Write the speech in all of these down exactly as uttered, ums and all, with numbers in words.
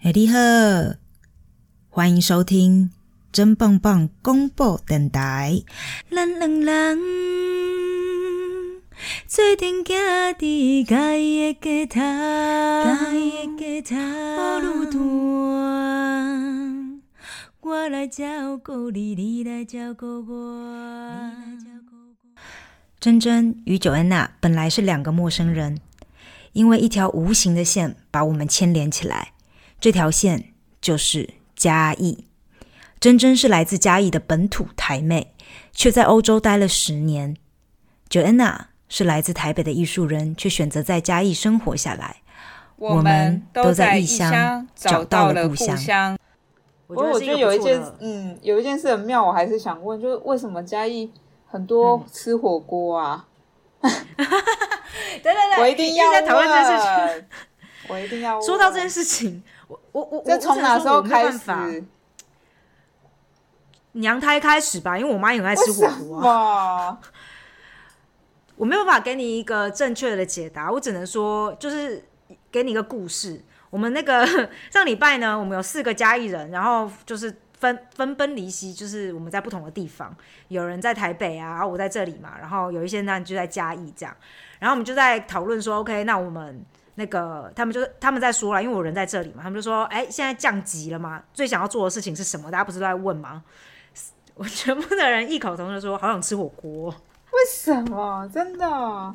嘿，你好，欢迎收听真棒棒广播电台。咱两人做阵行伫家己的家头，家己的家头，路段，我来照顾你，你来照顾我。珍珍与九安娜本来是两个陌生人，因为一条无形的线把我们牵连起来。这条线就是嘉义。珍珍是来自嘉义的本土台妹，却在欧洲待了十年。Joanna 是来自台北的艺术人，却选择在嘉义生活下来。 我们都在异乡找到了故乡。 我觉得我觉得有一件，嗯，有一件事很妙，我还是想问，就是为什么嘉义很多吃火锅啊？ 对对对， 我一定要在讨论这件事情。 我一定要说到这件事情，我我我这从哪时候开始？ 娘胎开始吧，因为我妈也很爱吃火锅啊。我没有办法给你一个正确的解答，我只能说就是给你一个故事。我们那个上礼拜呢，我们有四个嘉义人，然后就是分分崩离析，就是我们在不同的地方，有人在台北啊，然后我在这里嘛，然后有一些人就在嘉义这样，然后我们就在讨论说 ，OK， 那我们。那个他们就是他们在说了，因为我人在这里嘛，他们就说，哎，现在降级了嘛，最想要做的事情是什么？大家不是都在问吗？我全部的人异口同声说，好想吃火锅。 为什么？真的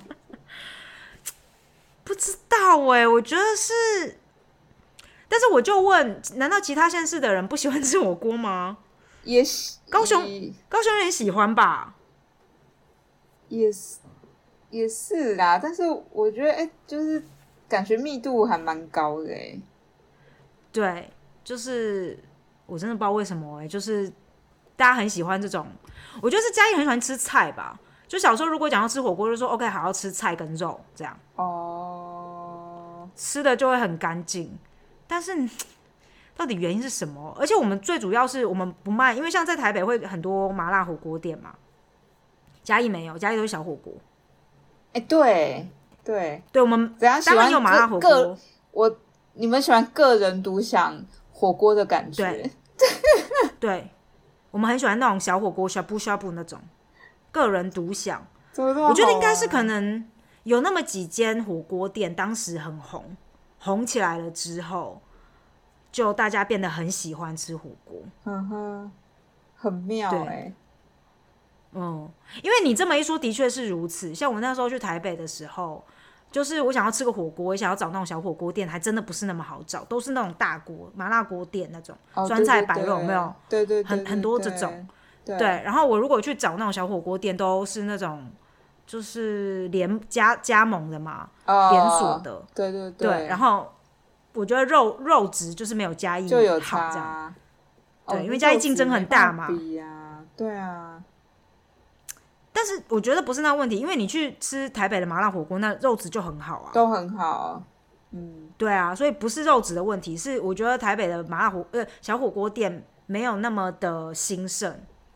不知道哎、欸，我觉得是，但是我就问，难道其他县市的人不喜欢吃火锅吗？ 也喜高雄高雄人喜欢吧？ 也是也是啦，但是我觉得，哎、欸，就是。感觉密度还蛮高的哎、欸， 对，就是我真的不知道为什么哎、欸，就是大家很喜欢这种，我觉得是嘉义很喜欢吃菜吧。就小时候如果讲要吃火锅，就说 OK， 好好吃菜跟肉这样，哦，吃的就会很干净。但是到底原因是什么？而且我们最主要是我们不卖，因为像在台北会很多麻辣火锅店嘛，嘉义没有，嘉义都是小火锅。 哎、欸，对。对对，我们怎样喜欢当然有麻辣火锅。 我你们喜欢个人独享火锅的感觉？ 对，对，我们很喜欢那种小火锅，小布小布那种个人独享。 怎么这么好啊？ 我觉得应该是可能有那么几间火锅店当时很红，红起来了之后，就大家变得很喜欢吃火锅。 嗯哼，很妙哎、欸。 嗯，因为你这么一说，的确是如此。像我那时候去台北的时候，就是我想要吃个火锅，也想要找那种小火锅店，还真的不是那么好找，都是那种大锅麻辣锅店那种， 哦、 酸菜白肉有没有？ 对对对， 很很多这种。 对， 对，然后我如果去找那种小火锅店，都是那种就是联加加盟的嘛， 哦、 连锁的。 对对 对, 对，然后我觉得肉肉质就是没有嘉义就有好这样。 对、 哦，因为嘉义竞争很大嘛。 比啊，对啊。 但是我觉得不是那问题，因为你去吃台北的麻辣火锅，那肉质就很好啊， 都很好，嗯， 对啊，所以不是肉质的问题，是我觉得台北的麻辣火呃小火锅店没有那么的兴盛，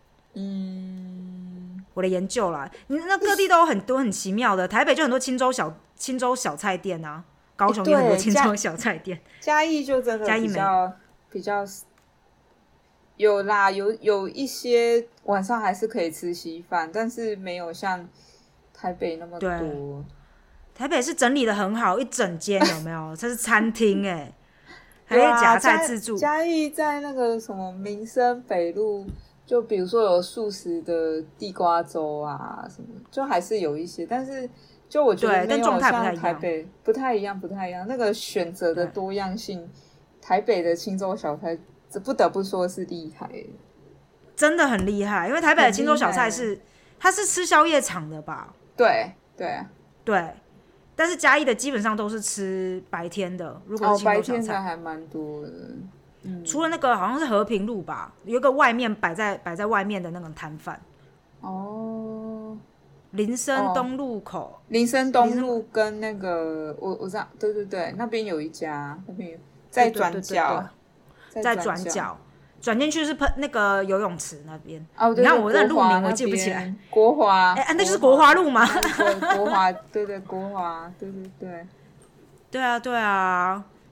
嗯，我的研究啦，你那各地都有很多很奇妙的，台北就很多青州小青州小菜店啊，高雄也很多青州小菜店， 嘉义就真的比较比较。有啦，有有一些晚上还是可以吃稀饭，但是没有像台北那么多。对， 台北是整理的很好，一整间有没有？它是餐厅哎、欸，还有夹菜自助。 嘉义在那个什么民生北路，就比如说有素食的地瓜粥啊什么，就还是有一些，但是就我觉得没有像台北不太一样，不太一样。那个选择的多样性，台北的青州小菜。这不得不说是厉害， 真的很厉害。因为台北的青州小菜是，它是吃宵夜场的吧？ 对对对，但是嘉义的基本上都是吃白天的。如果是青州小菜， 哦、白天的还蛮多的。 嗯，除了那个好像是和平路吧，有一个外面摆在摆在外面的那种摊贩。哦，林森东路口，哦、 林森东路跟那个我我知道，对对对，那边有一家，那边在转角。对对对对在转角，转进去是喷那个游泳池那边。 哦，对对， 你看我那路名我记不起来。 国华， 哎、欸，那就是国华路吗？ 对，国华，对对，国华，对对对， 对啊对啊，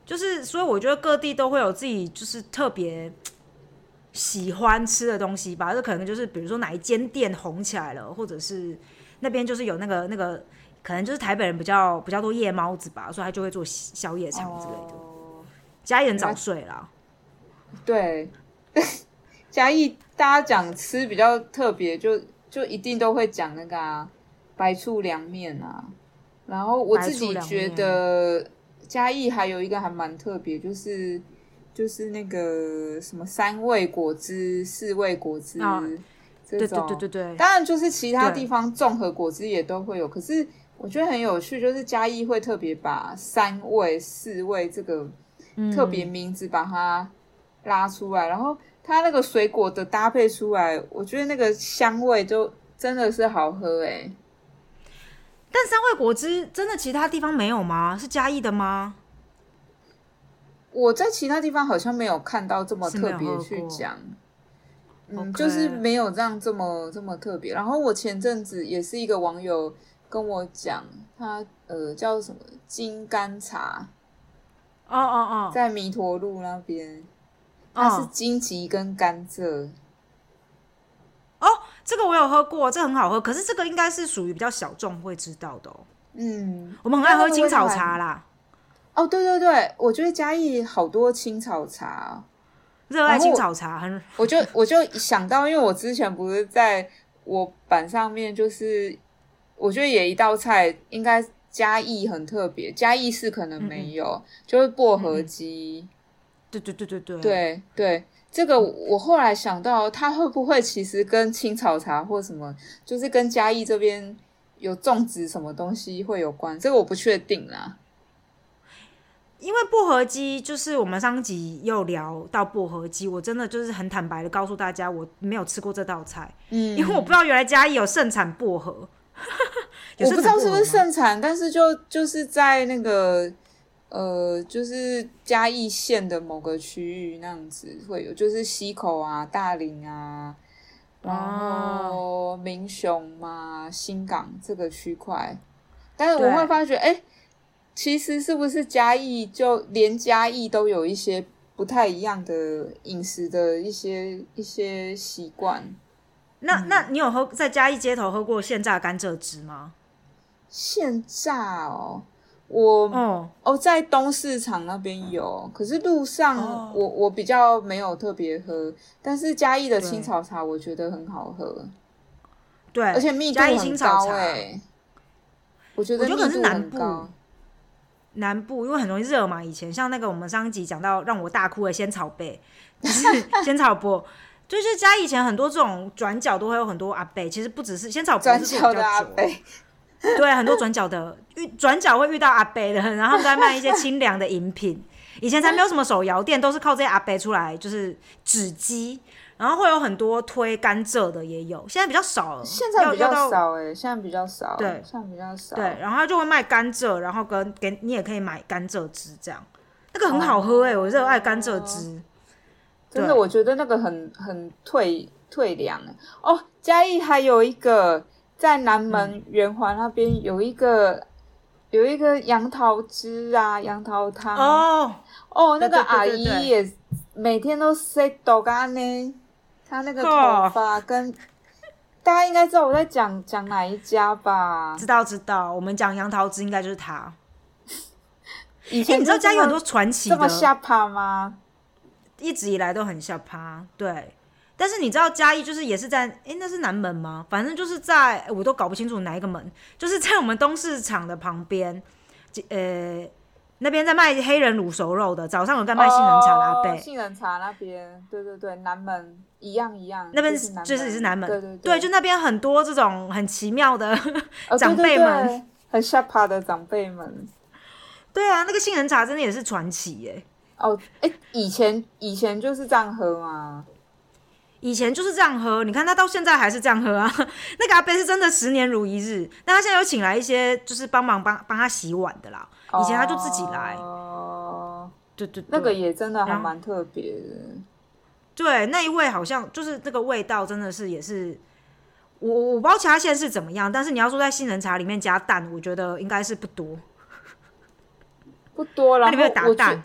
就是所以我觉得各地都会有自己就是特别喜欢吃的东西吧，这可能就是比如说哪一间店红起来了，或者是那边就是有那个那个，可能就是台北人比较比较多夜猫子吧，所以他就会做宵夜场之类的。哦、嘉义人早睡啦。 对，嘉义大家讲吃比较特别，就就一定都会讲那个啊白醋凉面啊，然后我自己觉得。嘉义还有一个还蛮特别，就是就是那个什么三味果汁、四味果汁、哦、这种， 对对对对对。 当然就是其他地方综合果汁也都会有，可是我觉得很有趣，就是嘉义会特别把三味、四味这个特别名字把它拉出来，嗯、然后它那个水果的搭配出来，我觉得那个香味就真的是好喝哎、欸。 但三味果汁真的其他地方没有吗？是嘉义的吗？ 我在其他地方好像没有看到这么特别去讲，嗯， okay. 就是没有这样这么这么特别。然后我前阵子也是一个网友跟我讲，他呃叫什么金甘茶， 哦哦哦， 在弥陀路那边，它是荆棘跟甘蔗。 哦，这个我有喝过，这个很好喝。可是这个应该是属于比较小众会知道的哦。 嗯， 我们很爱喝青草茶啦。 哦，对对对，我觉得嘉义好多青草茶， 热爱青草茶，很。 我就我就想到，因为我之前不是在我板上面，就是我觉得也一道菜，应该嘉义很特别，嘉义市可能没有，嗯嗯就是薄荷鸡。 嗯、对对对对对对对。这个我后来想到，它会不会其实跟青草茶或什么，就是跟嘉义这边有种植什么东西会有关？这个我不确定啦。 因为薄荷鸡就是我们上集又聊到薄荷鸡，我真的就是很坦白的告诉大家，我没有吃过这道菜，嗯，因为我不知道原来嘉义有盛产薄荷。 我不知道是不是盛产，但是就就是在那个。呃，就是嘉义县的某个区域那样子会有，就是溪口啊、大林啊，然后民雄嘛、新港这个区块。但是我会发觉，哎，其实是不是嘉义就连嘉义都有一些不太一样的饮食的一些一些习惯？ 那、嗯、那你有喝在嘉义街头喝过现榨甘蔗汁吗？ 现榨哦。我哦哦，在东市场那边有，可是路上我、哦、我比较没有特别喝，但是嘉义的青草茶我觉得很好喝， 对， 而且密度很高哎、欸，我觉得密度很高。我觉得可能是南部， 南部因为很容易热嘛，以前像那个我们上一集讲到让我大哭的仙草杯，就是仙草波。就是嘉义以前很多这种转角都会有很多阿伯，其实不只是仙草波是做比较久。对，很多转角的转角会遇到阿伯的，然后他们在卖一些清凉的饮品。以前才没有什么手摇店，都是靠这些阿伯出来，就是纸机，然后会有很多推甘蔗的也有，现在比较少了。 现在比较少哎、欸，现在比较少， 对， 现在比较少。 对，然后他就会卖甘蔗，然后跟给你也可以买甘蔗汁，这样那个很好喝哎、欸，我热爱甘蔗汁。 真的，我觉得那个很很退退凉哦。嘉义还有一个。在南门圆环那边有一个、嗯、有一个杨桃汁啊，杨桃汤哦哦，那个阿姨也每天都塞豆干呢，她那个头发跟、哦、大家应该知道我在讲讲哪一家吧？ 知道知道，我们讲杨桃汁应该就是他。 以前、欸、 你知道嘉义有很多传奇的， 这么下趴吗？ 一直以来都很下趴，对。但是你知道嘉义就是也是在哎，那是南门吗？反正就是在我都搞不清楚哪一个门，就是在我们东市场的旁边，呃，那边在卖黑人卤熟肉的，早上有在卖杏仁茶的阿伯、 哦、杏仁茶那边，对对对，南门一样一样， 那边就是也是南门，对对 对, 对，就那边很多这种很奇妙的长辈们， 哦、对对对很下趴的长辈们。 对啊，那个杏仁茶真的也是传奇耶。 哦，哎，以前以前就是这样喝吗？ 以前就是这样喝，你看他到现在还是这样喝啊。那个阿伯是真的十年如一日，那他现在有请来一些就是帮忙帮帮他洗碗的啦。以前他就自己来，哦，对对对， 那个也真的还蛮特别的。 对，那一位好像就是那个味道真的是也是，我我不知道其他县是怎么样，但是你要说在杏仁茶里面加蛋，我觉得应该是不多， 不多啦。 它里面有打蛋。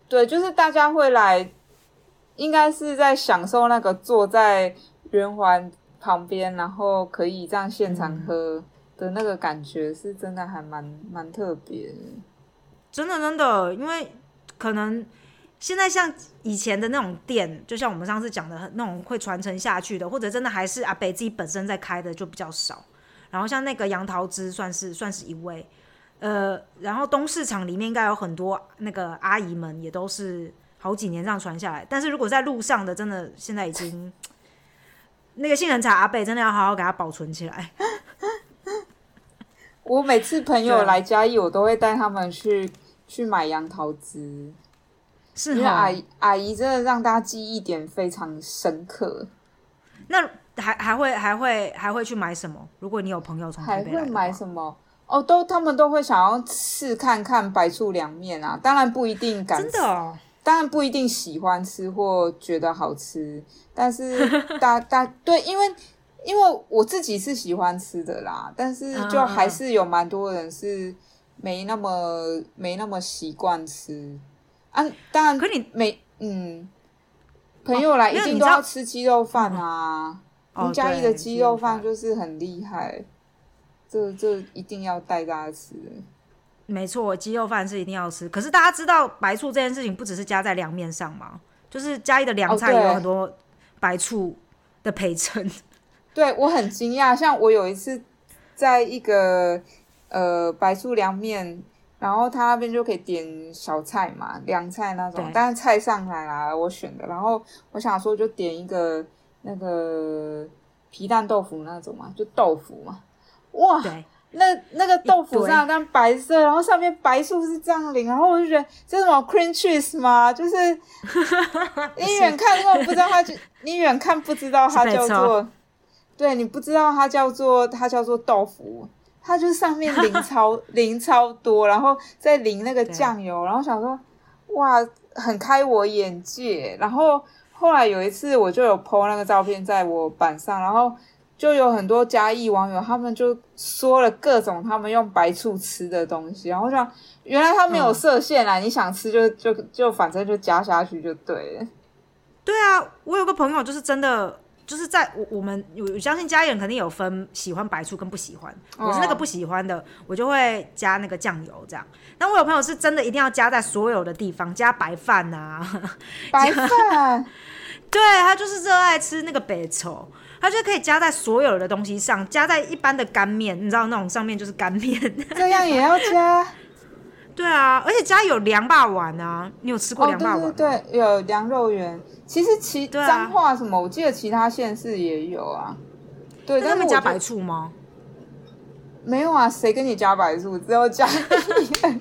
对，就是大家会来，应该是在享受那个坐在圆环旁边，然后可以这样现场喝的那个感觉，是真的还蛮蛮特别的。 真的真的，因为可能现在像以前的那种店，就像我们上次讲的那种会传承下去的，或者真的还是阿北自己本身在开的就比较少。然后像那个杨桃汁算是算是一位，呃，然后东市场里面应该有很多那个阿姨们也都是好几年这样传下来。但是如果在路上的，真的现在已经那个杏仁茶阿北真的要好好给它保存起来。 我每次朋友来嘉义，我都会带他们去去买杨桃汁， 是因为阿姨阿姨真的让大家记忆点非常深刻。 那还还会还会还会去买什么？如果你有朋友从台北来的话， 还会买什么？哦，都他们都会想要试看看白醋凉面啊，当然不一定敢吃， 真的哦， 当然不一定喜欢吃或觉得好吃，但是大大对，因为因为我自己是喜欢吃的啦，但是就还是有蛮多人是没那么没那么习惯吃啊。当然， 可你没嗯，朋友来一定都要吃鸡肉饭啊。我们嘉义的鸡肉饭就是很厉害，这这一定要带大家吃。 没错，鸡肉饭是一定要吃。可是大家知道白醋这件事情不只是加在凉面上吗？就是嘉义的凉菜也有很多白醋的陪衬。哦、 对，我很惊讶。像我有一次在一个呃白醋凉面，然后他那边就可以点小菜嘛，凉菜那种，但是菜上来啦，我选的。然后我想说就点一个那个皮蛋豆腐那种嘛，就豆腐嘛，哇，那那个豆腐上但白色，然后上面白醋是这样淋，然后我就觉得这是什么 cream cheese 吗？就是你远看根本不知道它就，你远看不知道它叫做，对，你不知道它叫做它叫做豆腐，它就是上面淋超淋超多，然后再淋那个酱油，然后想说哇，很开我眼界。然后后来有一次我就有 po 那个照片在我板上，然后就有很多嘉义网友，他们就说了各种他们用白醋吃的东西，然后想原来他没有设限啦、嗯、你想吃就就就反正就加下去就对了。 对啊，我有个朋友就是真的就是在我我们我相信嘉义人肯定有分喜欢白醋跟不喜欢，我是那个不喜欢的，我就会加那个酱油这样。但我有朋友是真的一定要加在所有的地方，加白饭啊， 白饭， 对，他就是热爱吃那个白醋，它就可以加在所有的东西上，加在一般的干面，你知道那种上面就是干面， 这样也要加。 对啊，而且嘉义有凉霸丸啊，你有吃过凉霸丸吗？ 哦、对对对，有凉肉圆。其实其彰化什么，我记得其他县市也有啊。对，但他们加白醋吗？ 没有啊，谁跟你加白醋？只有嘉义。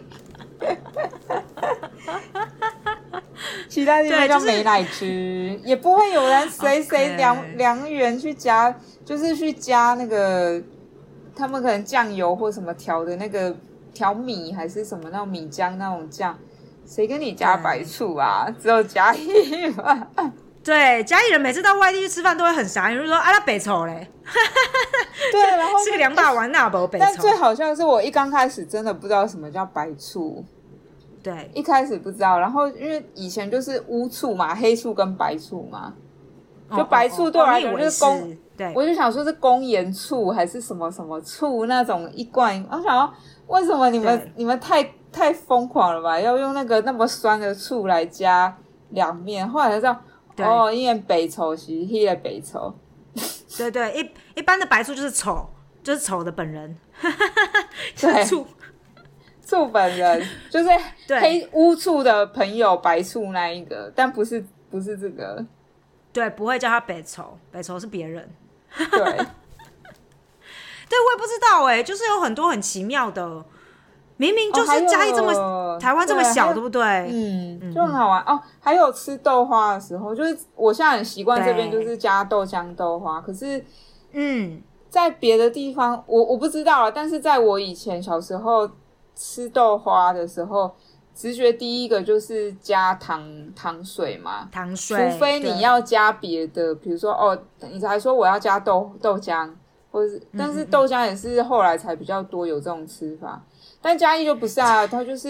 其他地方叫美乃滋、就是，也不会有人谁谁凉凉圆去加，就是去加那个他们可能酱油或什么调的那个调米还是什么那种米浆那种酱，谁跟你加白醋啊？只有嘉义嘛。 对，嘉义人每次到外地去吃饭都会很傻眼，就说啊，那白醋嘞。 对，然后吃个凉霸丸那没白醋。 但最好笑的是，我一刚开始真的不知道什么叫白醋。 对， 一开始不知道，然后因为以前就是乌醋嘛，黑醋跟白醋嘛，就白醋对我来讲就是公、哦哦哦，对，我就想说是公盐醋还是什么什么醋那种一罐，我想说为什么你们你们太太疯狂了吧，要用那个那么酸的醋来加凉面，后来才知道哦，因为白醋是那个白醋， 对对，一一般的白醋就是丑，就是丑的本人， 对， 醋。 醋本人就是黑乌醋的朋友白醋那一个，但不是不是这个， 对，不会叫他白醋，白醋是别人。 对， 对，我也不知道哎、欸，就是有很多很奇妙的，明明就是嘉义这么、哦、台湾这么小， 对, 对不对？ 嗯，就很好玩哦。还有吃豆花的时候，就是我现在很习惯这边就是加豆浆豆花，可是嗯， 在别的地方我我不知道了，但是在我以前小时候。吃豆花的时候，直觉第一个就是加糖糖水嘛， 糖水， 除非你要加别的，比如说哦，你才说我要加豆豆浆，或者是，但是豆浆也是后来才比较多有这种吃法。但嘉义就不是啊，它就是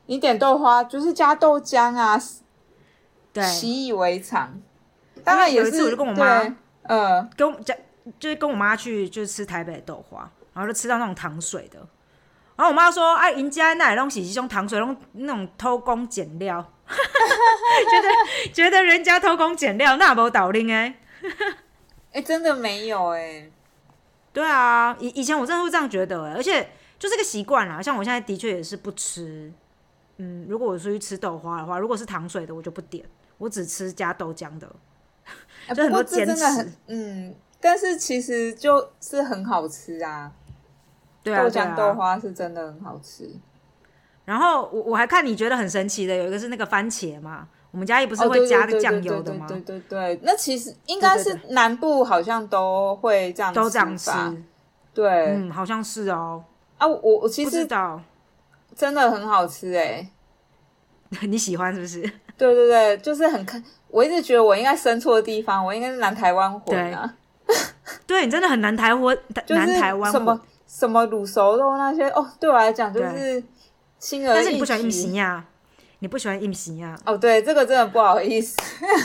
你点豆花就是加豆浆啊， 对， 习以为常。当然有一次我就跟我妈， 呃，跟就是跟我妈去就是吃台北的豆花，然后就吃到那种糖水的，然后我妈说：“哎、啊，人家那东西是用糖水，用那种偷工减料，觉得觉得人家偷工减料，那没道理哎。” 哎，真的没有哎、欸。 对啊，以以前我真的会这样觉得哎、欸，而且就是个习惯啦。像我现在的确也是不吃，嗯，如果我出去吃豆花的话，如果是糖水的我就不点，我只吃加豆浆的。就很多坚持， 嗯，但是其实就是很好吃啊。 对啊， 豆浆豆花是真的很好吃。 然后我我还看你觉得很神奇的，有一个是那个番茄嘛，我们家里不是会加个酱油的吗？ 对对 对, 对, 对, 对, 对，那其实应该是南部好像都会这样吃吧， 都这样吃。 对， 嗯，好像是哦。 啊，我我其实不知道， 真的很好吃哎、 欸。你喜欢是不是？ 对对对，就是很看。我一直觉得我应该生错地方，我应该是南台湾混啊。 对，你真的很南台湾， 就是南台湾什么什么卤熟肉那些哦，对我来讲就是轻而易举。 但是你不喜欢印西亚，你不喜欢印西亚哦，对，这个真的不好意思。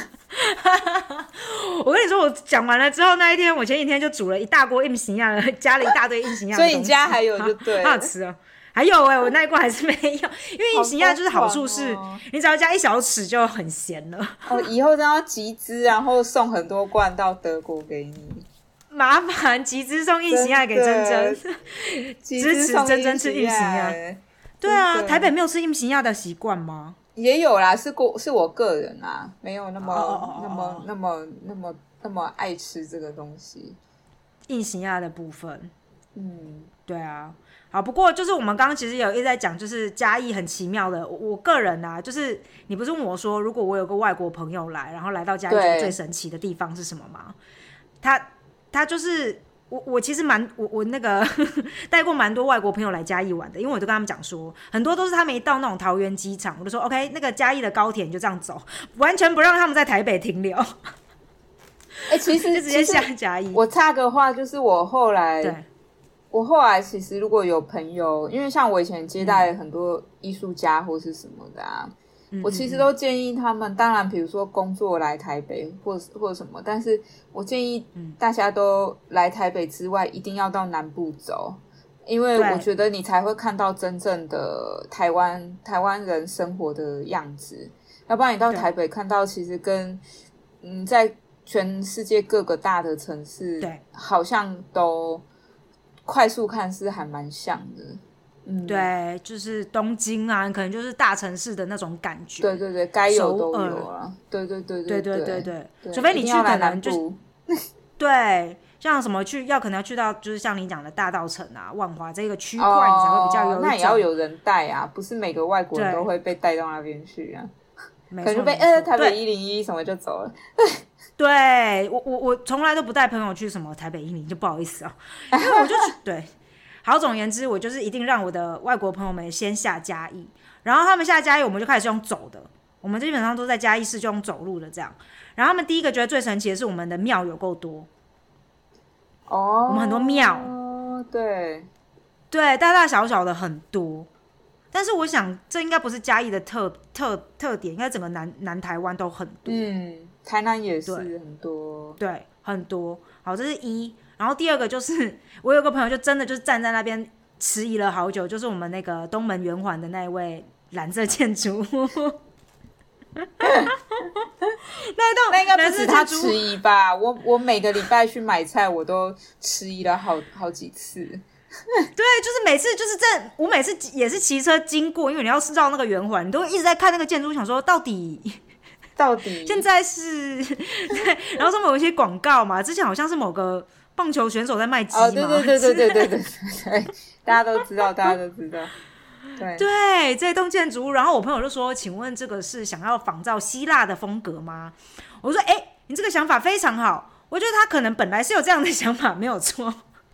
我跟你说，我讲完了之后，那一天我前几天就煮了一大锅印西亚，加了一大堆印西亚， 所以你家还有就对了， 好好吃哦。还有哎、欸，我那一罐还是没有，因为印西亚就是好处是，哦、你只要加一小匙就很咸了。 哦，以后真要集资，然后送很多罐到德国给你。 麻烦集资送印西亚给珍珍，支持珍珍吃印西亚。对啊，台北没有吃印西亚的习惯吗？ 也有啦，是过是我个人啊，没有那么、 哦、 那么那么那么那么爱吃这个东西。 印西亚的部分， 嗯， 对啊。好，不过就是我们刚刚其实有一直在讲，就是嘉义很奇妙的。我, 我个人啊，就是你不是问我说，如果我有个外国朋友来，然后来到嘉义，觉得最神奇的地方是什么吗？他他就是我，我其实蛮我我那个带过蛮多外国朋友来嘉义玩的，因为我就跟他们讲说，很多都是他们一到那种桃园机场，我就说 OK， 那个嘉义的高铁你就这样走，完全不让他们在台北停留。 哎、欸，其实就直接下嘉义。 我插个话，就是我后来对。 我后来其实如果有朋友，因为像我以前接待很多艺术家或是什么的啊，嗯、我其实都建议他们，当然比如说工作来台北或或者什么，但是我建议大家都来台北之外，一定要到南部走，因为我觉得你才会看到真正的台湾台湾人生活的样子，要不然你到台北看到其实跟嗯在全世界各个大的城市，对，好像都。快速看是还蛮像的，嗯， 对，就是东京啊，可能就是大城市的那种感觉。 对对对，该有都有了。对对对对对对对对，除非你去可能就是对，像什么去要可能要去到就是像你讲的大稻埕啊、万华这个区块，你才会比较有一种。 那也要有人带啊，不是每个外国人都会被带到那边去啊。 可能就被呃台北一零一什么就走了。 对，我我我从来都不带朋友去什么台北一零，就不好意思啊，因为我就对，好，总而言之，我就是一定让我的外国朋友们先下嘉义，然后他们下嘉义，我们就开始用走的，我们基本上都在嘉义市就用走路的这样。然后他们第一个觉得最神奇的是我们的庙有够多， 哦， 我们很多庙， 对对，大大小小的很多。但是我想，这应该不是嘉义的特特特点，应该整个南南台湾都很多。 嗯，台南也是很多， 对，很多。好，这是一。然后第二个就是，我有个朋友就真的就是站在那边迟疑了好久，就是我们那个东门圆环的那一位蓝色建筑。那一栋那应该不止他迟疑吧？我我每个礼拜去买菜，我都迟疑了好好几次。 对，就是每次就是这，我每次也是骑车经过，因为你要绕那个圆环，你都会一直在看那个建筑，想说到底到底现在是对，然后上面有一些广告嘛，之前好像是某个棒球选手在卖鸡嘛， 哦，对对对对对对对对，大家都知道，大家都知道，对对，这栋建筑物，然后我朋友就说，请问这个是想要仿照希腊的风格吗？我说，哎、欸，你这个想法非常好，我觉得他可能本来是有这样的想法，没有错。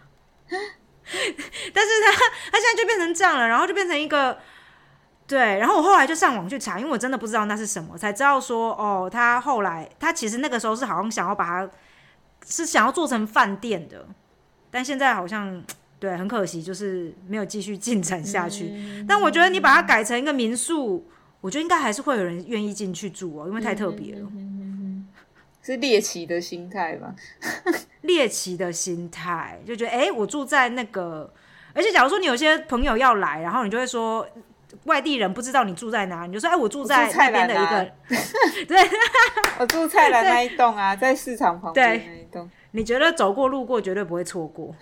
但是他他现在就变成这样了，然后就变成一个对，然后我后来就上网去查，因为我真的不知道那是什么，才知道说哦，他后来他其实那个时候是好像想要把它是想要做成饭店的，但现在好像对，很可惜就是没有继续进展下去、嗯、但我觉得你把它改成一个民宿，我觉得应该还是会有人愿意进去住哦，因为太特别了、嗯嗯嗯嗯、 是猎奇的心态吧猎奇的心态，就觉得哎、欸，我住在那个，而且假如说你有些朋友要来，然后你就会说外地人不知道你住在哪，你就说哎、欸，我住在那边的一个、啊、对我住菜篮那一栋啊，在市场旁边那一栋， 你觉得走过路过绝对不会错过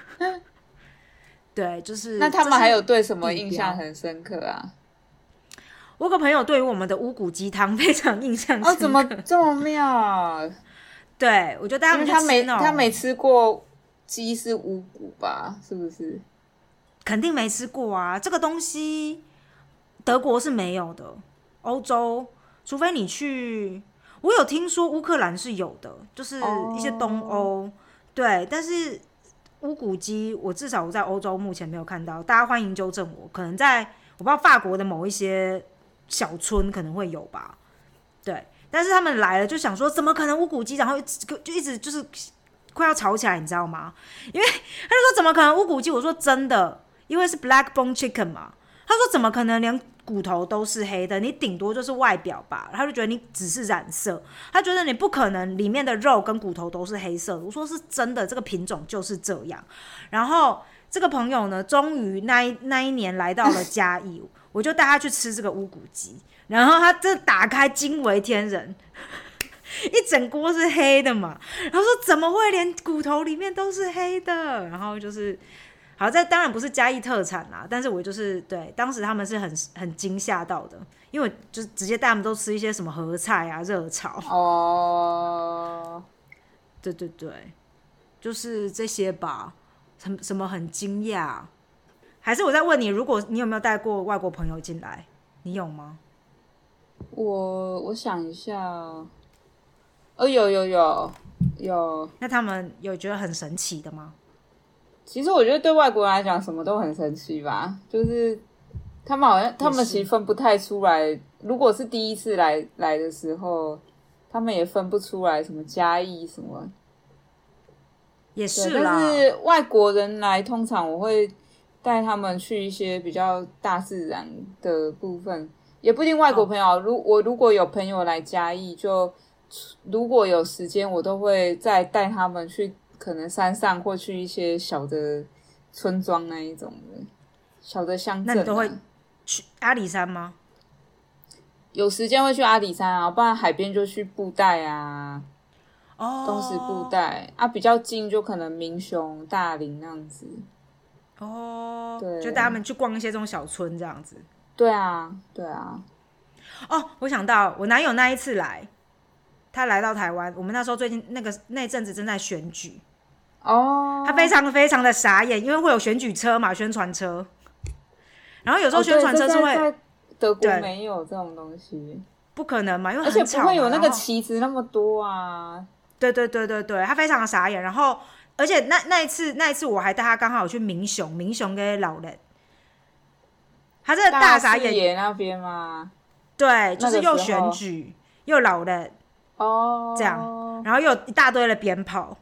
对，就是那他们还有对什么印象很深刻啊？ 我有个朋友对于我们的乌骨鸡汤非常印象深刻。 哦，怎么这么妙？ 对，我就带他们去吃那种， 因为他没他没吃过鸡是乌骨吧？是不是？ 肯定没吃过啊，这个东西德国是没有的，欧洲除非你去，我有听说乌克兰是有的，就是一些东欧、oh. 对，但是乌骨鸡我至少我在欧洲目前没有看到，大家欢迎纠正我，可能在我不知道法国的某一些小村可能会有吧，对，但是他们来了就想说怎么可能乌骨鸡，然后就一直就是快要吵起来，你知道吗？因为他就说怎么可能乌骨鸡，我说真的，因为是 black bone chicken 嘛，他说怎么可能连骨头都是黑的，你顶多就是外表吧，他就觉得你只是染色，他觉得你不可能里面的肉跟骨头都是黑色的，我说是真的，这个品种就是这样。然后这个朋友呢，终于那一那一年来到了嘉义我就带他去吃这个乌骨鸡，然后他这打开惊为天人一整锅是黑的嘛，然后说怎么会连骨头里面都是黑的，然后就是好，这当然不是嘉义特产啦，但是我就是对当时他们是很很惊吓到的，因为我就直接带他们都吃一些什么合菜啊、热炒哦， oh. 对对对，就是这些吧，什么很惊讶。还是我在问你，如果你有没有带过外国朋友进来，你有吗？ 我我想一下，哦，有有有有。 那他们有觉得很神奇的吗？ 其实我觉得对外国人来讲什么都很神奇吧，就是他们好像他们其实分不太出来，如果是第一次来来的时候，他们也分不出来什么嘉义什么， 也是啦。 但是外国人来，通常我会带他们去一些比较大自然的部分，也不一定外国朋友。如、哦、我如果有朋友来嘉义，就如果有时间，我都会再带他们去。可能山上或去一些小的村庄那一种的小的乡镇、啊， 那你都会去阿里山吗？ 有时间会去阿里山啊，不然海边就去布袋啊，哦，东石布袋啊，比较近就可能民雄、大林那样子。 哦，对，就带他们去逛一些这种小村这样子。 对啊，对啊。 哦，我想到我男友那一次来，他来到台湾，我们那时候最近那个那阵子正在选举。哦，他非常非常的傻眼，因为会有选举车嘛，宣传车。然后有时候宣传车是会， 哦、在德国没有这种东西， 不可能嘛，因为很吵嘛， 而且不会有那个旗子那么多啊。 对对对对对，他非常的傻眼。然后，而且那那一次那一次我还带他刚好有去民雄，民雄跟老人，他这个大傻眼。 大视野那边吗？ 对，就是又选举又老人哦，这样，然后又有一大堆的鞭炮。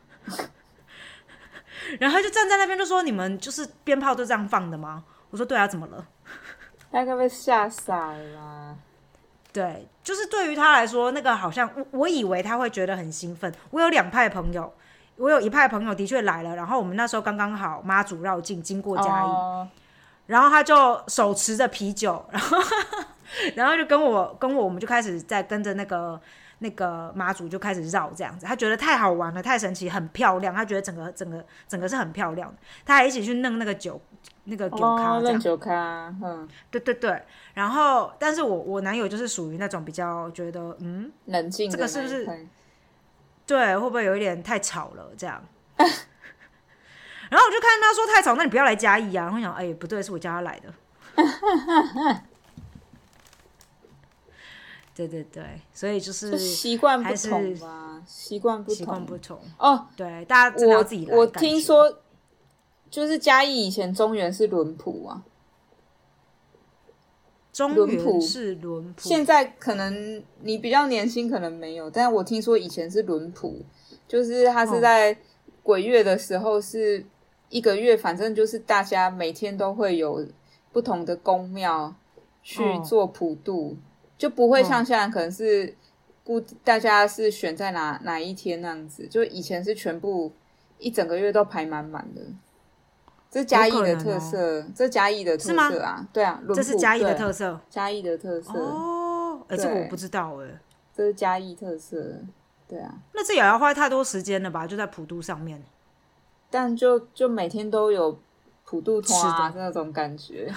然后他就站在那边就说：“你们就是鞭炮都这样放的吗？”我说：“对啊，怎么了？” 他该被吓傻了啦。 对，就是对于他来说，那个好像 我, 我以为他会觉得很兴奋。我有两派朋友，我有一派朋友的确来了，然后我们那时候刚刚好妈祖绕境经过嘉义，哦、然后他就手持着啤酒，然后然后就跟我跟我我们就开始在跟着那个。那个妈祖就开始绕这样子，他觉得太好玩了，太神奇，很漂亮，他觉得整个整个整个是很漂亮的，他还一起去弄那个酒那个酒咖， 弄酒咖，嗯， 对对对，然后但是我我男友就是属于那种比较觉得嗯冷静， 这个是不是对，会不会有一点太吵了这样？然后我就看他说太吵，那你不要来嘉义啊，然后想哎不对，是我叫他来的。对对对，所以就是习惯不同吧，习惯不同，习惯不同哦。对，大家真的要自己来。 我听说，就是嘉义以前中原是轮埔啊， 中原是轮埔， 现在可能你比较年轻，可能没有，但我听说以前是轮埔，就是它是在鬼月的时候是一个月反正就是大家每天都会有不同的宫庙去做普渡、哦、就不会像现在可能是不大家是选在哪哪一天那样子，就以前是全部一整个月都排满满的。这是嘉义的特色、哦、这是嘉义的特色啊，对啊， 这是嘉义的特色， 嘉义的特色哦，哎、欸，这个我不知道哎、欸， 这是嘉义特色，对啊， 那这也要花太多时间了吧？就在普渡上面， 但就就每天都有普渡团啊那种感觉，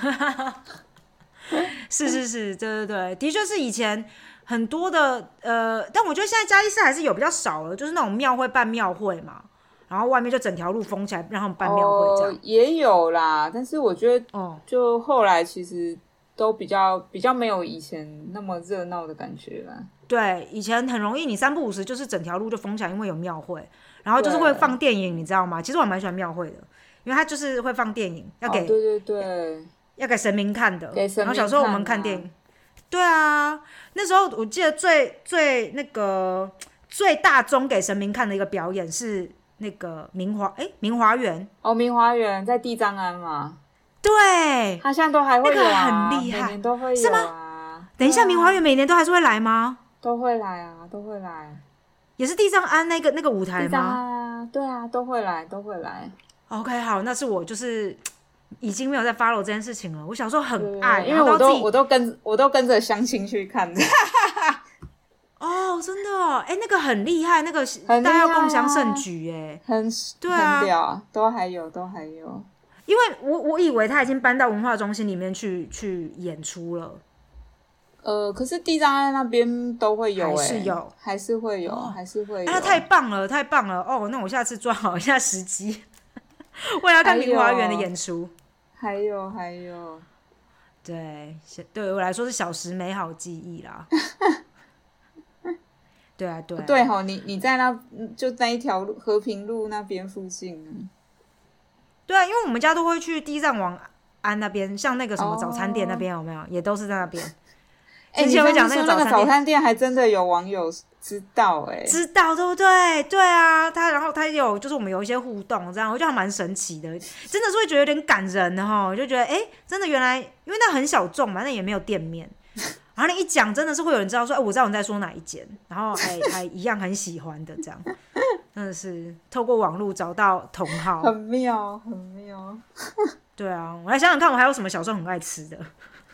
是是是，对对对，的确是以前很多的呃，但我觉得现在嘉义市还是有比较少了，就是那种庙会办庙会嘛。然后外面就整条路封起来，让他们办庙会这样、 哦、也有啦，但是我觉得，就后来其实都比较比较没有以前那么热闹的感觉啦。 对，以前很容易，你三不五时就是整条路就封起来，因为有庙会，然后就是会放电影，你知道吗？其实我蛮喜欢庙会的，因为它就是会放电影，要给、 哦、对对对， 要给神明看的。 给神明看、啊、 然后小时候我们看电影，对啊，那时候我记得最最那个最大宗给神明看的一个表演是。那个明华哎，明华园哦，明华园在地藏庵嘛， 对， 他现在都还会有啊， 那个很厉害， 每年都会有啊， 是吗？等一下，明华园每年都还是会来吗？ 都会来啊，都会来， 也是地藏庵那个那个舞台吗？ 地藏庵啊，对啊，都会来，都会来。 OK， 好，那是我就是已经没有在 follow 这件事情了。我小时候很爱， 因为我都我都跟我都跟着乡亲去看的。 哦，真的、哦，哎、欸，那个很厉害，那个大家要共襄盛举，哎， 很对啊， 很屌，都还有，都还有。 因为我我以为他已经搬到文化中心里面去去演出了。 呃，可是地藏庵那边都会有、欸， 还是有， 还是会有，哦、还是会有。 啊，太棒了，太棒了！哦，那我下次抓好一下时机，我也要看明华园的演出。 还有，还有， 对，对我来说是小时美好记忆啦。对啊，对啊， 对吼，你你在那就那一条路和平路那边附近。 对啊，因为我们家都会去地藏王庵那边，像那个什么早餐店那边、oh. 有没有？也都是在那边。 哎、欸，之前我讲那个早餐店，还真的有网友知道哎、欸， 知道对不对？对啊，他然后他有就是我们有一些互动，这样我觉得还蛮神奇的，真的是会觉得有点感人的哈，就觉得哎、欸，真的原来因为那很小众嘛，那也没有店面。然后你一讲，真的是会有人知道说，哎、欸，我知道你在说哪一间，然后还还一样很喜欢的这样，真的是透过网络找到同好， 很妙，很妙。 对啊，我来想想看，我还有什么小时候很爱吃的，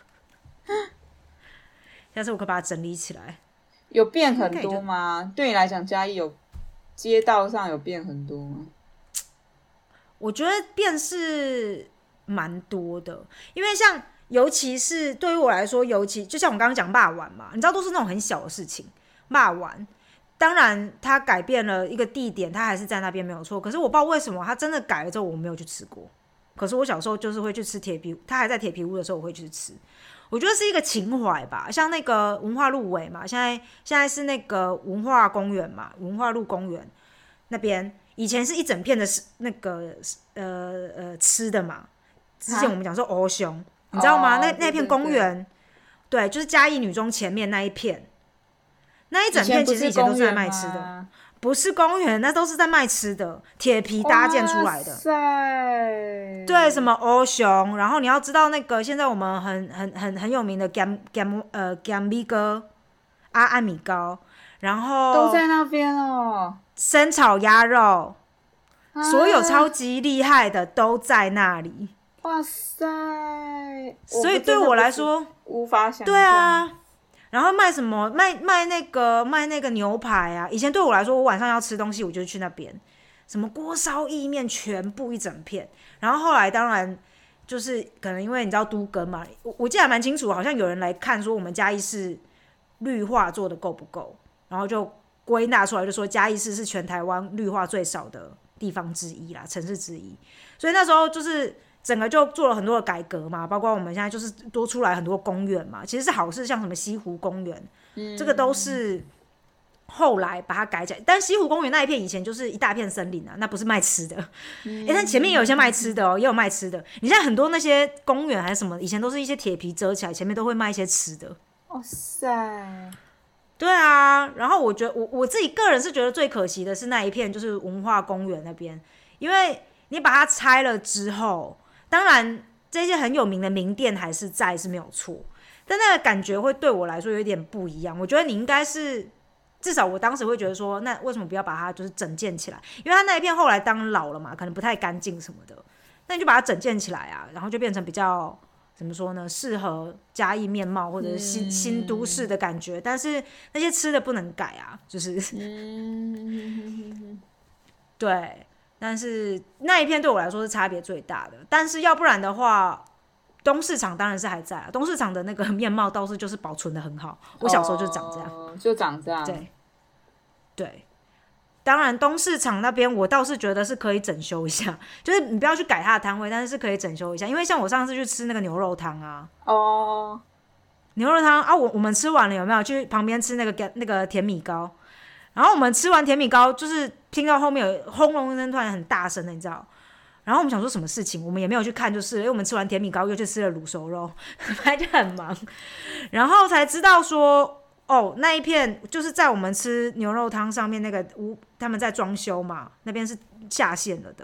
下次我可以把它整理起来。 有变很多吗？对你来讲，嘉义有街道上有变很多吗？ 我觉得变是蛮多的，因为像。尤其是对于我来说，尤其就像我刚刚讲肉丸嘛，你知道都是那种很小的事情。肉丸，当然它改变了一个地点，它还是在那边没有错。可是我不知道为什么它真的改了之后，我没有去吃过。可是我小时候就是会去吃铁皮，它还在铁皮屋的时候，我会去吃。我觉得是一个情怀吧，像那个文化路尾嘛，现在现在是那个文化公园嘛，文化路公园那边以前是一整片的那个呃呃吃的嘛。之前我们讲说欧熊。你知道吗？ 那, 那片公园，对，就是嘉义女中前面那一片，那一整片其实以前都是在卖吃的，不是公园，那都是在卖吃的，铁皮搭建出来的。 塞， 对，什么欧熊，然后你要知道那个现在我们很很很很有名的 gam gam 呃 gam 米哥阿安米糕，然后都在那边哦， 生炒鸭肉，啊、所有超级厉害的都在那里。 哇塞！ 所以对我来说无法想象。 对啊，然后卖什么卖卖那个卖那个牛排啊！以前对我来说，我晚上要吃东西，我就去那边，什么锅烧意面，全部一整片。然后后来当然就是可能因为你知道都更嘛，我我记得还蛮清楚，好像有人来看说我们嘉义市绿化做的够不够，然后就归纳出来，就说嘉义市是全台湾绿化最少的地方之一啦，城市之一。所以那时候就是。整个就做了很多的改革嘛，包括我们现在就是多出来很多公园嘛，其实是好事，像什么西湖公园、嗯，这个都是后来把它改起来。但西湖公园那一片以前就是一大片森林啊，那不是卖吃的。嗯欸、但前面也有些卖吃的哦，也有卖吃的。你现在很多那些公园还是什么，以前都是一些铁皮遮起来，前面都会卖一些吃的。 哇塞！ 对啊，然后我觉得我我自己个人是觉得最可惜的是那一片就是文化公园那边，因为。 你把它拆了之后，当然这些很有名的名店还是在，是没有错，但那个感觉会对我来说有点不一样。我觉得你应该是，至少我当时会觉得说，那为什么不要把它就是整建起来？因为它那一片后来当老了嘛，可能不太干净什么的，那你就把它整建起来啊，然后就变成比较怎么说呢，适合嘉义面貌或者是 新,、嗯、新都市的感觉。但是那些吃的不能改啊，就是，嗯、对。但是那一片对我来说是差别最大的。但是要不然的话，东市场当然是还在啊。东市场的那个面貌倒是就是保存的很好，我小时候就长这样， 哦、就长这样。 对，对。当然东市场那边我倒是觉得是可以整修一下，就是你不要去改它的摊位，但是是可以整修一下。因为像我上次去吃那个牛肉汤啊， 哦， 牛肉汤啊，我我们吃完了有没有去旁边吃那个那个甜米糕？然后我们吃完甜米糕，就是听到后面有轰隆一声，突然很大声的，你知道？然后我们想说什么事情，我们也没有去看，就是因为我们吃完甜米糕又去吃了卤熟肉，反正就很忙。然后才知道说，哦，那一片就是在我们吃牛肉汤上面那个屋，他们在装修嘛，那边是下线了的。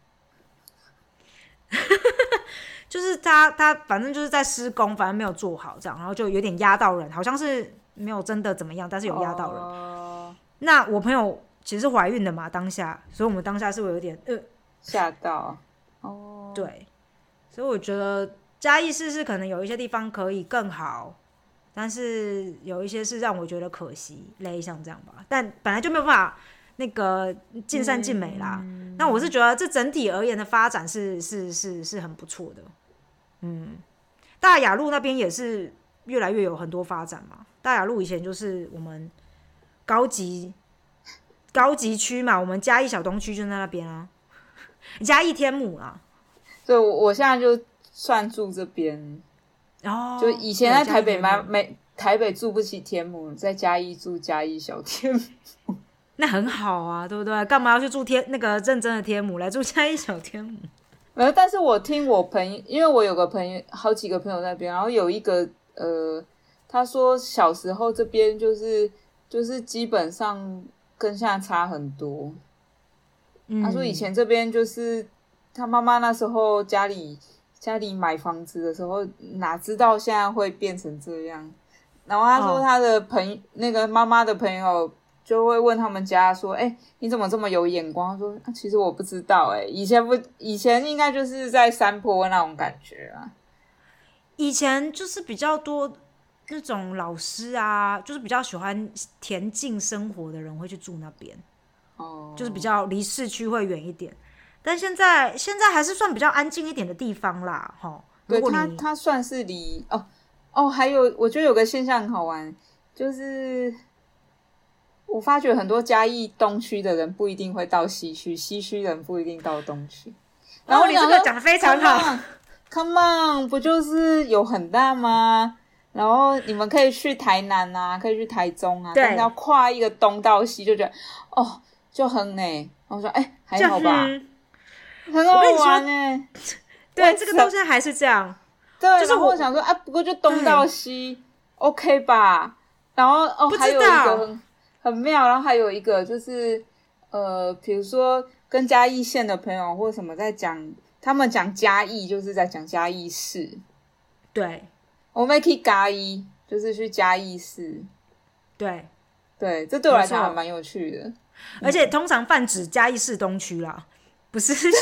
就是他他反正就是在施工，反正没有做好这样，然后就有点压到人，好像是没有真的怎么样，但是有压到人。Oh. 那我朋友其实是怀孕的嘛，当下，所以我们当下是会有点呃吓到哦。 Oh. 对，所以我觉得嘉义市是可能有一些地方可以更好，但是有一些是让我觉得可惜，类像这样吧。但本来就没有办法那个尽善尽美啦。嗯、那我是觉得这整体而言的发展是是是是很不错的。嗯，大雅路那边也是越来越有很多发展嘛。大雅路以前就是我们高级高级区嘛，我们嘉义小东区就在那边啊，嘉义天母啊。 对，我我现在就算住这边，哦，就以前在台北买没台北住不起天母，在嘉义住嘉义小天母， 那很好啊，对不对？干嘛要去住天那个认真的天母，来住嘉义小天母？ 没有，但是我听我朋友，因为我有个朋友，好几个朋友在那边，然后有一个呃，他说小时候这边就是就是基本上跟现在差很多。嗯、他说以前这边就是他妈妈那时候家里家里买房子的时候，哪知道现在会变成这样。然后他说他的朋友、哦、那个妈妈的朋友就会问他们家说，哎、欸，你怎么这么有眼光？他说、啊、其实我不知道、欸，哎，以前不，以前应该就是在山坡那种感觉啊。 以前就是比较多那种老师啊，就是比较喜欢恬静生活的人会去住那边，哦，就是比较离市区会远一点。但现在现在还是算比较安静一点的地方啦，齁。 对，它它算是离哦哦，还有我觉得有个现象很好玩，就是我发觉很多嘉义东区的人不一定会到西区，西区人不一定到东区。 然后你这个讲得非常好 ，Come on， 不就是有很大吗？然后你们可以去台南啊，可以去台中啊，但是要跨一个东到西，就觉得哦就很欸。我说哎还好吧，很好玩欸。 对，这个到现在还是这样。 对， 就是我想说啊，不过就东到西 ，OK 吧？然后哦，还有一个很很妙，然后还有一个就是呃，比如说跟嘉义县的朋友或什么在讲，他们讲嘉义就是在讲嘉义市。 对， 我们可以嘉义，就是去嘉义市。 对， 对，这对我来讲还蛮有趣的。 而且通常泛指嘉义市东区啦，不是西区。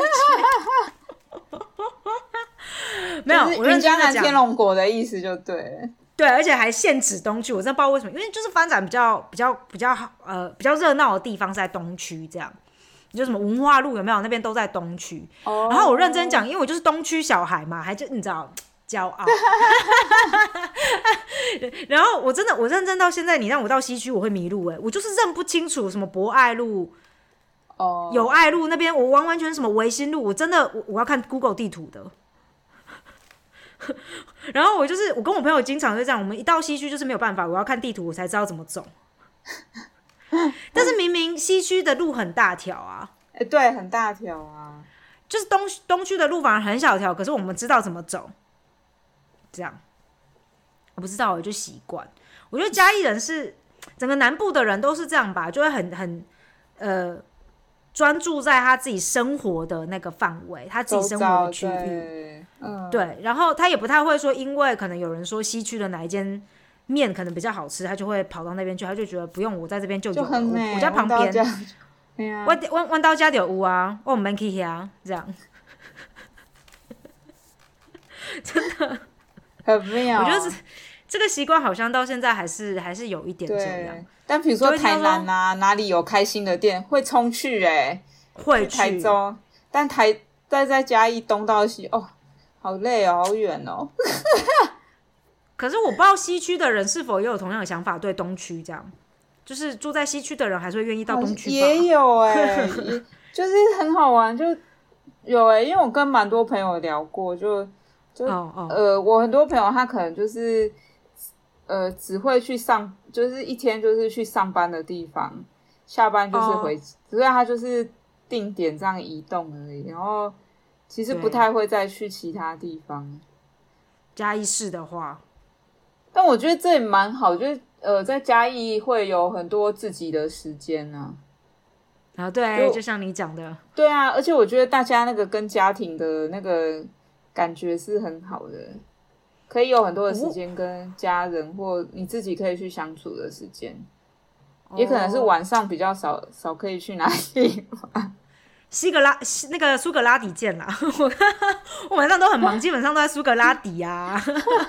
没有，我云嘉南天龙国的意思就对了。 对，而且还限指东区，我真的不知道为什么，因为就是发展比较比较比较好，呃，比较热闹的地方是在东区，这样，就什么文化路有没有？那边都在东区。Oh. 然后我认真讲，因为我就是东区小孩嘛，还就你知道，骄傲。然后我真的，我认真到现在，你让我到西区，我会迷路哎、欸，我就是认不清楚什么博爱路。哦、oh. ，友爱路那边，我完完全什么维新路，我真的我我要看 Google 地图的。然后我就是我跟我朋友经常就这样，我们一到西区就是没有办法，我要看地图我才知道怎么走。但是明明西区的路很大条啊， 哎、欸，对，很大条啊， 就是东东区的路反而很小条，可是我们知道怎么走。这样，我不知道，我就习惯。我觉得嘉义人是整个南部的人都是这样吧，就会很很呃。 专注在他自己生活的那个范围，他自己生活的区域。 对，嗯， 对，然后他也不太会说，因为可能有人说西区的哪一间面可能比较好吃，他就会跑到那边去，他就觉得不用，我在这边就有了，我我家旁边，我我我到家就有啊，我唔免去遐，这样，真的很妙。 我觉得这个习惯好像到现在还是还是有一点这样。 但比如说台南啊，哪里有开新的店，会冲去哎、欸， 会去台中，但台再在嘉义东到西，哦，好累哦，好远哦。 可是我不知道西区的人是否也有同样的想法，对东区这样，就是住在西区的人还是会愿意到东区吧？ 也有哎、欸，就是很好玩，就有哎、欸，因为我跟蛮多朋友聊过，就就、oh, oh. 呃，我很多朋友他可能就是呃只会去上，就是一天就是去上班的地方，下班就是回，只是、oh. 他就是定点这样移动而已，然后其实不太会再去其他地方。 嘉义市的话。 但我觉得这也蛮好，就是呃，在嘉义会有很多自己的时间啊。 啊，对，就, 就像你讲的， 对啊，而且我觉得大家那个跟家庭的那个感觉是很好的，可以有很多的时间跟家人、哦、或你自己可以去相处的时间，哦、也可能是晚上比较少少可以去哪里玩。 西格拉那个苏格拉底见啦，我我晚上都很忙，基本上都在苏格拉底啊。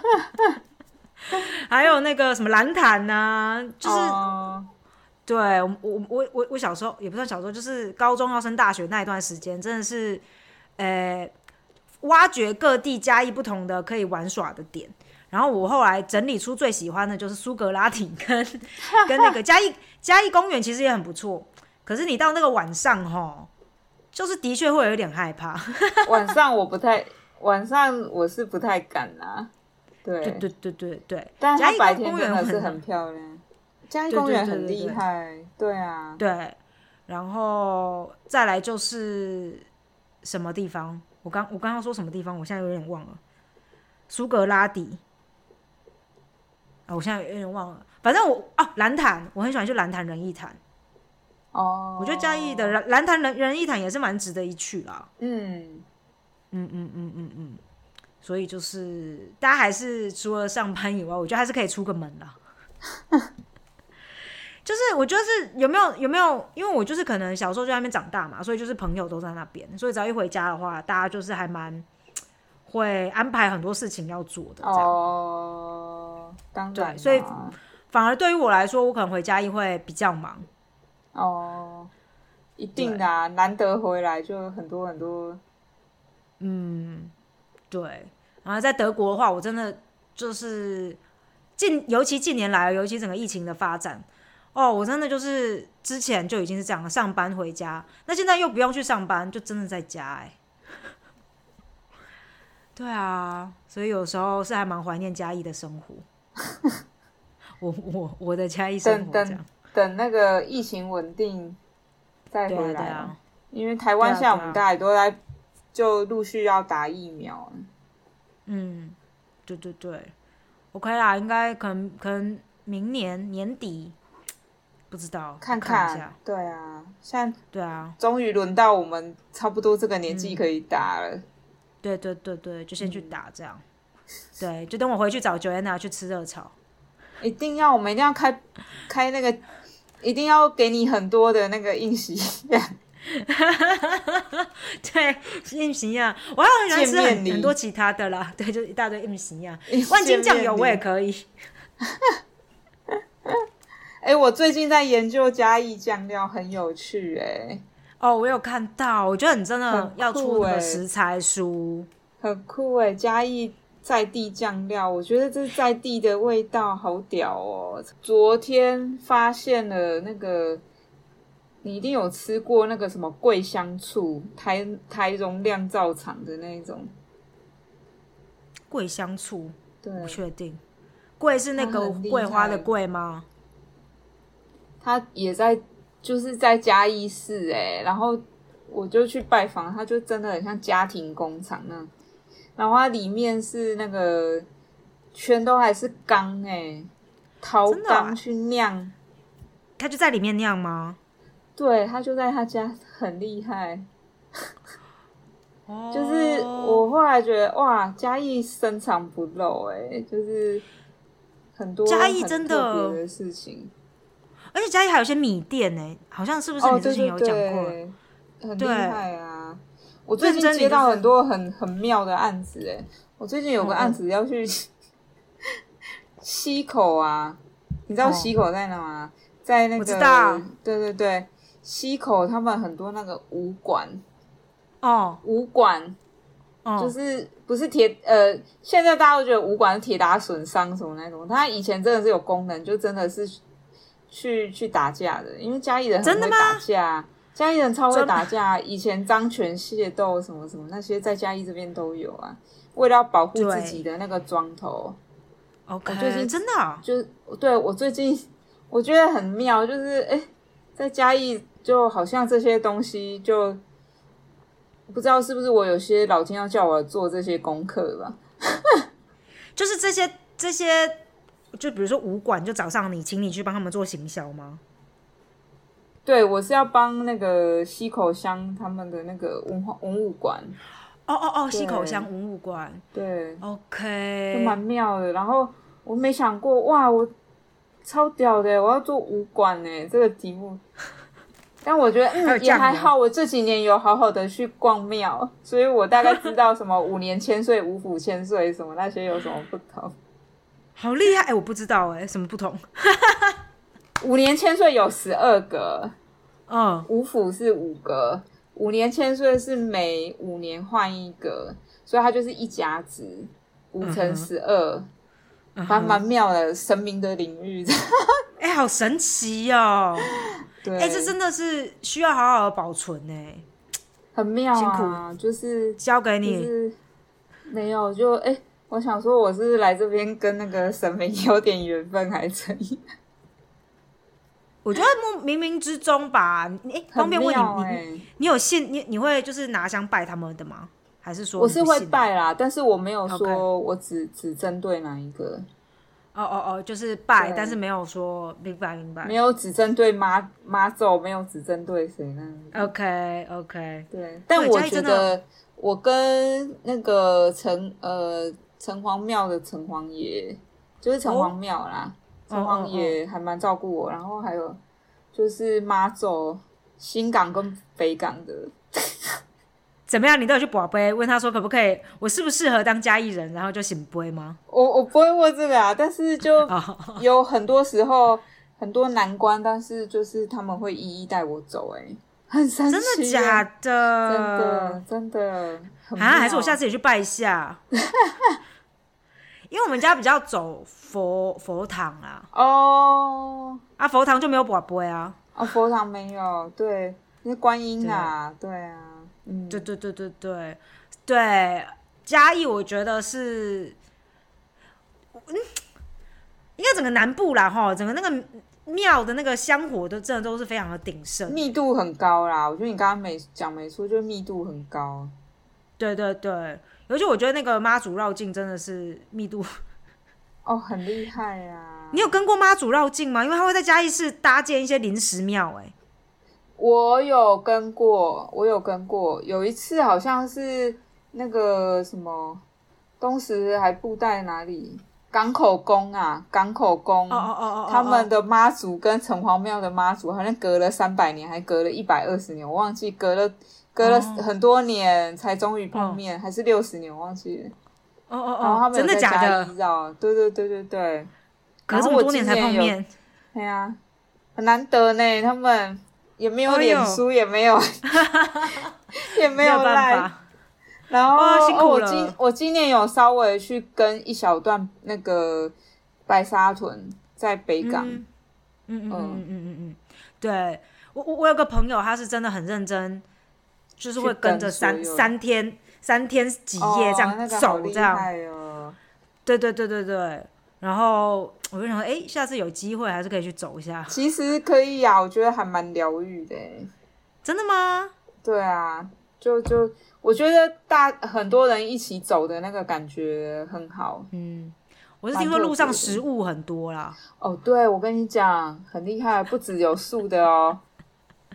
还有那个什么蓝潭啊，就是、oh. 对我我我我小时候也不算小时候，就是高中要升大学那一段时间，真的是呃挖掘各地嘉义不同的可以玩耍的点。然后我后来整理出最喜欢的就是苏格拉底跟跟那个嘉义嘉义公园，其实也很不错。可是你到那个晚上齁，就是的确会有点害怕。 晚上我不太，晚上我是不太敢啊。对对对对对对， 但是它白天真的是很漂亮，嘉义公园很厉害，对啊， 对，然后再来就是什么地方？我刚我刚刚说什么地方？我现在有点忘了。苏格拉底啊，我现在有点忘了。反正我哦，蓝潭，我很喜欢去蓝潭仁义潭。 哦， 我觉得嘉义的蓝潭仁仁义潭也是蛮值得一去啦。 嗯嗯嗯嗯嗯嗯。所以就是大家还是除了上班以外，我觉得还是可以出个门啦。就是我觉得是有没有有没有，因为我就是可能小时候就在那边长大嘛，所以就是朋友都在那边，所以只要一回家的话，大家就是还蛮会安排很多事情要做的这样。 哦，当然， 对，所以反而对于我来说，我可能回嘉义会比较忙。 哦，一定的啊，难得回来就很多很多， 嗯。对，然后在德国的话，我真的就是近，尤其近年来，尤其整个疫情的发展，哦，我真的就是之前就已经是这样了，上班回家，那现在又不用去上班，就真的在家哎。对啊，所以有时候是还蛮怀念嘉义的生活。我我我的嘉义生活这样， 等等等那个疫情稳定再回来， 对啊对啊， 因为台湾现在我们大家都在。就陆续要打疫苗， 嗯，对对对 ，OK 啦，应该可能可能明年年底，不知道看看， 看一下， 对啊，现在对啊， 终于轮到我们差不多这个年纪可以打了，嗯、 对对对对，就先去打这样，嗯、对，就等我回去找 Joanna 去吃热炒， 一定要，我们一定要开开那个，一定要给你很多的那个应喜样。 对，应喜呀，我还很喜欢吃 很, 很多其他的啦，对，就一大堆应喜呀，万金酱油我也可以。 哎、欸，我最近在研究嘉义酱料，很有趣哎、欸。 哦，我有看到，我觉得你真的要出那个食材书， 很酷哎、欸，嘉义在地酱料，我觉得这在地的味道好屌哦。昨天发现了那个。你一定有吃过那个什么桂香醋，台台中酿造厂的那种桂香醋， 对， 不确定。桂是那个桂花的桂吗？ 他也在，就是在嘉义市哎、欸，然后我就去拜访，他就真的很像家庭工厂那，然后它里面是那个全都还是缸哎、欸，陶缸去酿， 它就在里面酿吗？ 对，他就在他家，很厉害。就是我后来觉得哇，嘉义深藏不露哎、欸，就是很多嘉义真的很特别的事情， 而且嘉义还有些米店呢、欸，好像是不是你之前有讲过？ 哦、对对对，很厉害啊！我最近接到很多很很妙的案子哎、欸，我最近有个案子要去溪口啊，你知道溪口在哪吗？哦、在那个， 我知道， 对对对，溪口他们很多那个武馆。 哦， 武馆， 哦， 就是不是铁呃，现在大家都觉得武馆是铁打损伤什么那种，他以前真的是有功能，就真的是去去打架的，因为嘉义人很会打架，嘉义人超会打架，以前张权械斗什么什么那些在嘉义这边都有啊，为了要保护自己的那个庄头。 OK， 我最近真的、哦， 就对我最近我觉得很妙，就是哎，在嘉义就好像这些东西就。不知道是不是我有些老天要叫我做这些功课吧？ 就是这些这些，就比如说武馆，就找上你，请你去帮他们做行销吗？ 对，我是要帮那个溪口乡他们的那个文化文物馆。 哦哦哦，溪口乡文物馆。 对 ，OK， 就蛮妙的。然后我没想过，哇，我超屌的，我要做武馆呢，这个题目。但我觉得嗯还也还好，我这几年有好好的去逛庙，所以我大概知道什么五年千岁、五府千岁什么那些有什么不同。 好厉害！哎、欸，我不知道哎、欸，什么不同？ 五年千岁有十二个， 嗯， 五府是五个，五年千岁是每五年换一个，所以它就是一甲子，五乘十二，还蛮妙的，神明的领域。 哎、欸，好神奇哦！ 对， 哎、欸，这真的是需要好好的保存哎、欸， 很妙啊， 辛苦， 就是交给你， 就是没有就哎、欸，我想说我是来这边跟那个神明有点缘分还是怎样？ 我觉得冥冥之中吧，哎、欸，方便问你， 欸、 你你有信你你会就是拿香拜他们的吗？还是说我是会拜啦，但是我没有说我只、 okay. 只针对哪一个。 哦哦哦，就是拜，但是没有说明白明白， 没有只针对妈妈咒，没有只针对谁那。 OK OK， 对，但我觉得我跟那个城呃城隍庙的城隍爷，就是城隍庙啦，城隍爷还蛮照顾我，然后还有就是妈咒，新港跟北港的。 怎么样？你都有去拔杯问他说可不可以，我适不适合当嘉义人，然后就醒杯吗？ 我我不会问这个啊，但是就有很多时候很多难关，但是就是他们会一一带我走、欸，哎，很神奇。 真的假的？ 真的真的。 啊，还是我下次也去拜一下，因为我们家比较走佛佛堂啊。 哦， 啊，佛堂就没有拔杯啊。 哦，佛堂没有，对，那观音啊，对, 对啊。嗯， 对对对对对对，嘉义我觉得是，嗯，应该整个南部啦哈，整个那个庙的那个香火都真的都是非常的鼎盛， 密度很高啦。我觉得你刚刚没讲没错，就是密度很高。 对对对，尤其我觉得那个妈祖绕境真的是密度， 哦，很厉害啊！ 你有跟过妈祖绕境吗？因为他会在嘉义市搭建一些临时庙，哎。 我有跟过，我有跟过。有一次好像是那个什么东石还布袋哪里港口宫啊，港口宫， 哦哦哦哦， 他们的妈祖跟城隍庙的妈祖好像隔了三百年，还隔了一百二十年，我忘记隔了隔了很多年才终于碰面，哦、还是六十年，我忘记了。 哦哦哦， 然后他们有在真的假的？ 对对对对对， 隔这么多年才碰面， 对啊，很难得呢，他们。也没有脸书、哎，也没有，也没有赖。然后、 哦辛苦了哦、我今我今年有稍微去跟一小段那个白沙屯在北港。 嗯嗯嗯嗯嗯嗯嗯，对我我我有个朋友，他是真的很认真，就是会跟着三三天三天几夜这样走，这样。 哦那個哦、 对对对对对。然后我就想说，哎，下次有机会还是可以去走一下。 其实可以啊，我觉得还蛮疗愈的。 真的吗？ 对啊，就就我觉得大很多人一起走的那个感觉很好。 嗯，我是听说路上食物很多啦。 哦，对，我跟你讲，很厉害，不只有素的哦。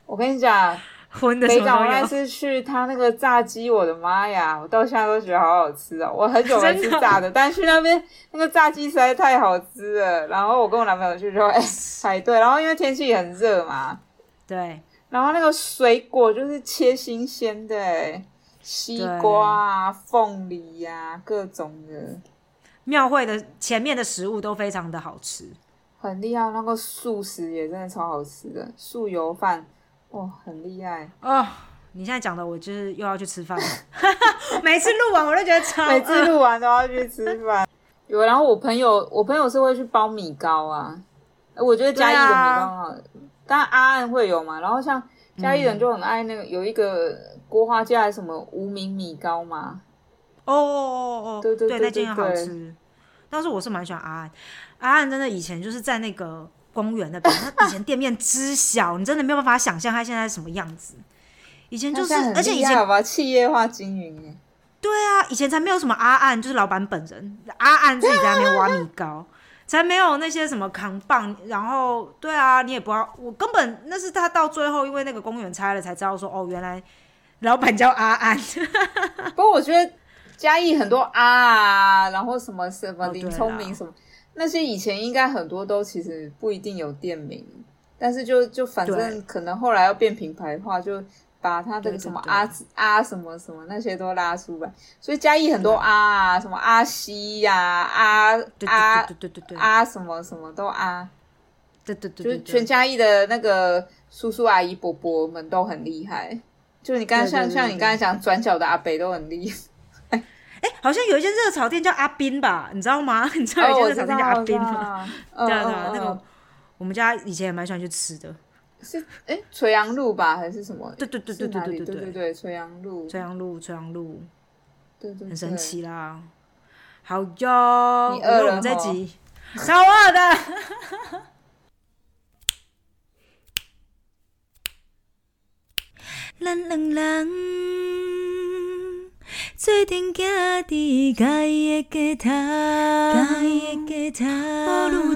我跟你讲， 荤的什么都有。 北港那次去他那个炸鸡，我的妈呀，我到现在都觉得好好吃哦。我很久没吃炸的，但去那边那个炸鸡实在太好吃了。然后我跟我男朋友去就哎排队，然后因为天气很热嘛， 对， 然后那个水果就是切新鲜的哎。西瓜啊，凤梨啊，各种的。 庙会的前面的食物都非常的好吃， 很厉害。那个素食也真的超好吃的，素油饭，哇，很厉害哦。你现在讲的，我就是又要去吃饭了。每次录完我都觉得超， 每次录完都要去吃饭。有，然后我朋友，我朋友是会去包米糕啊。我觉得嘉义的米糕啊，当然阿安会有嘛。然后像嘉义人就很爱那个、嗯、有一个。郭花家还是什么无名米糕嘛？ 哦哦哦哦， 对对 对, 对, 对，那间好吃。但是我是蛮喜欢阿安，阿安真的以前就是在那个公园那边，他以前店面之小，你真的没有办法想象他现在是什么样子。以前就是，而且以前好吧，企业化经营耶。 对啊，以前才没有什么阿安，就是老板本人，阿安自己在那边挖米糕。才没有那些什么扛棒，然后对啊，你也不要，我根本那是他到最后，因为那个公园拆了才知道说，哦，原来老板叫阿安。 不过我觉得嘉义很多阿啊，然后什么什么林聪明什么、哦、那些以前应该很多都其实不一定有店名，但是就就反正可能后来要变品牌化，就把他的什么阿对对对阿什么什么那些都拉出来，所以嘉义很多阿啊，什么阿西呀、啊、阿对阿对对对对阿什么什么都阿， 对对对， 就是全嘉义的那个叔叔阿姨伯伯们都很厉害。就你刚才像像你刚才讲转角的阿北都很厉害。 哎、欸，好像有一间热炒店叫阿斌吧？你知道吗？你知道有一间热炒店叫阿斌吗？对啊对啊，那个我们家以前也蛮喜欢去吃的。 是哎，垂杨路吧，还是什么？ 对对对对对对对对对，垂杨路， 垂杨路，垂杨路， 对对， 很神奇啦。好哟， 你饿了？ 我们这集超饿的。咱两人做阵行伫家己的家头，家己的家头，路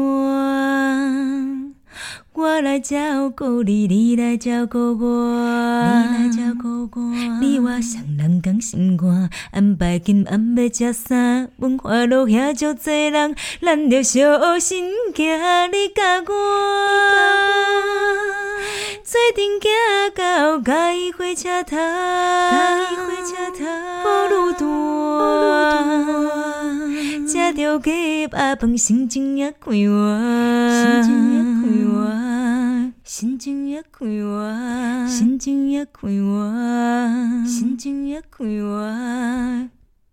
段。我来照顾你，你来照顾我，你来照顾我。你我双人同心肝，安排今暗要食啥？文化路遐足侪人，咱着小心行，你甲我。做阵行到嘉义火车头，嘉义火车头，好路段，食着鸡鸭饭，心情也快活，心情也快活，心情也快活，心情也快活，心情也快活。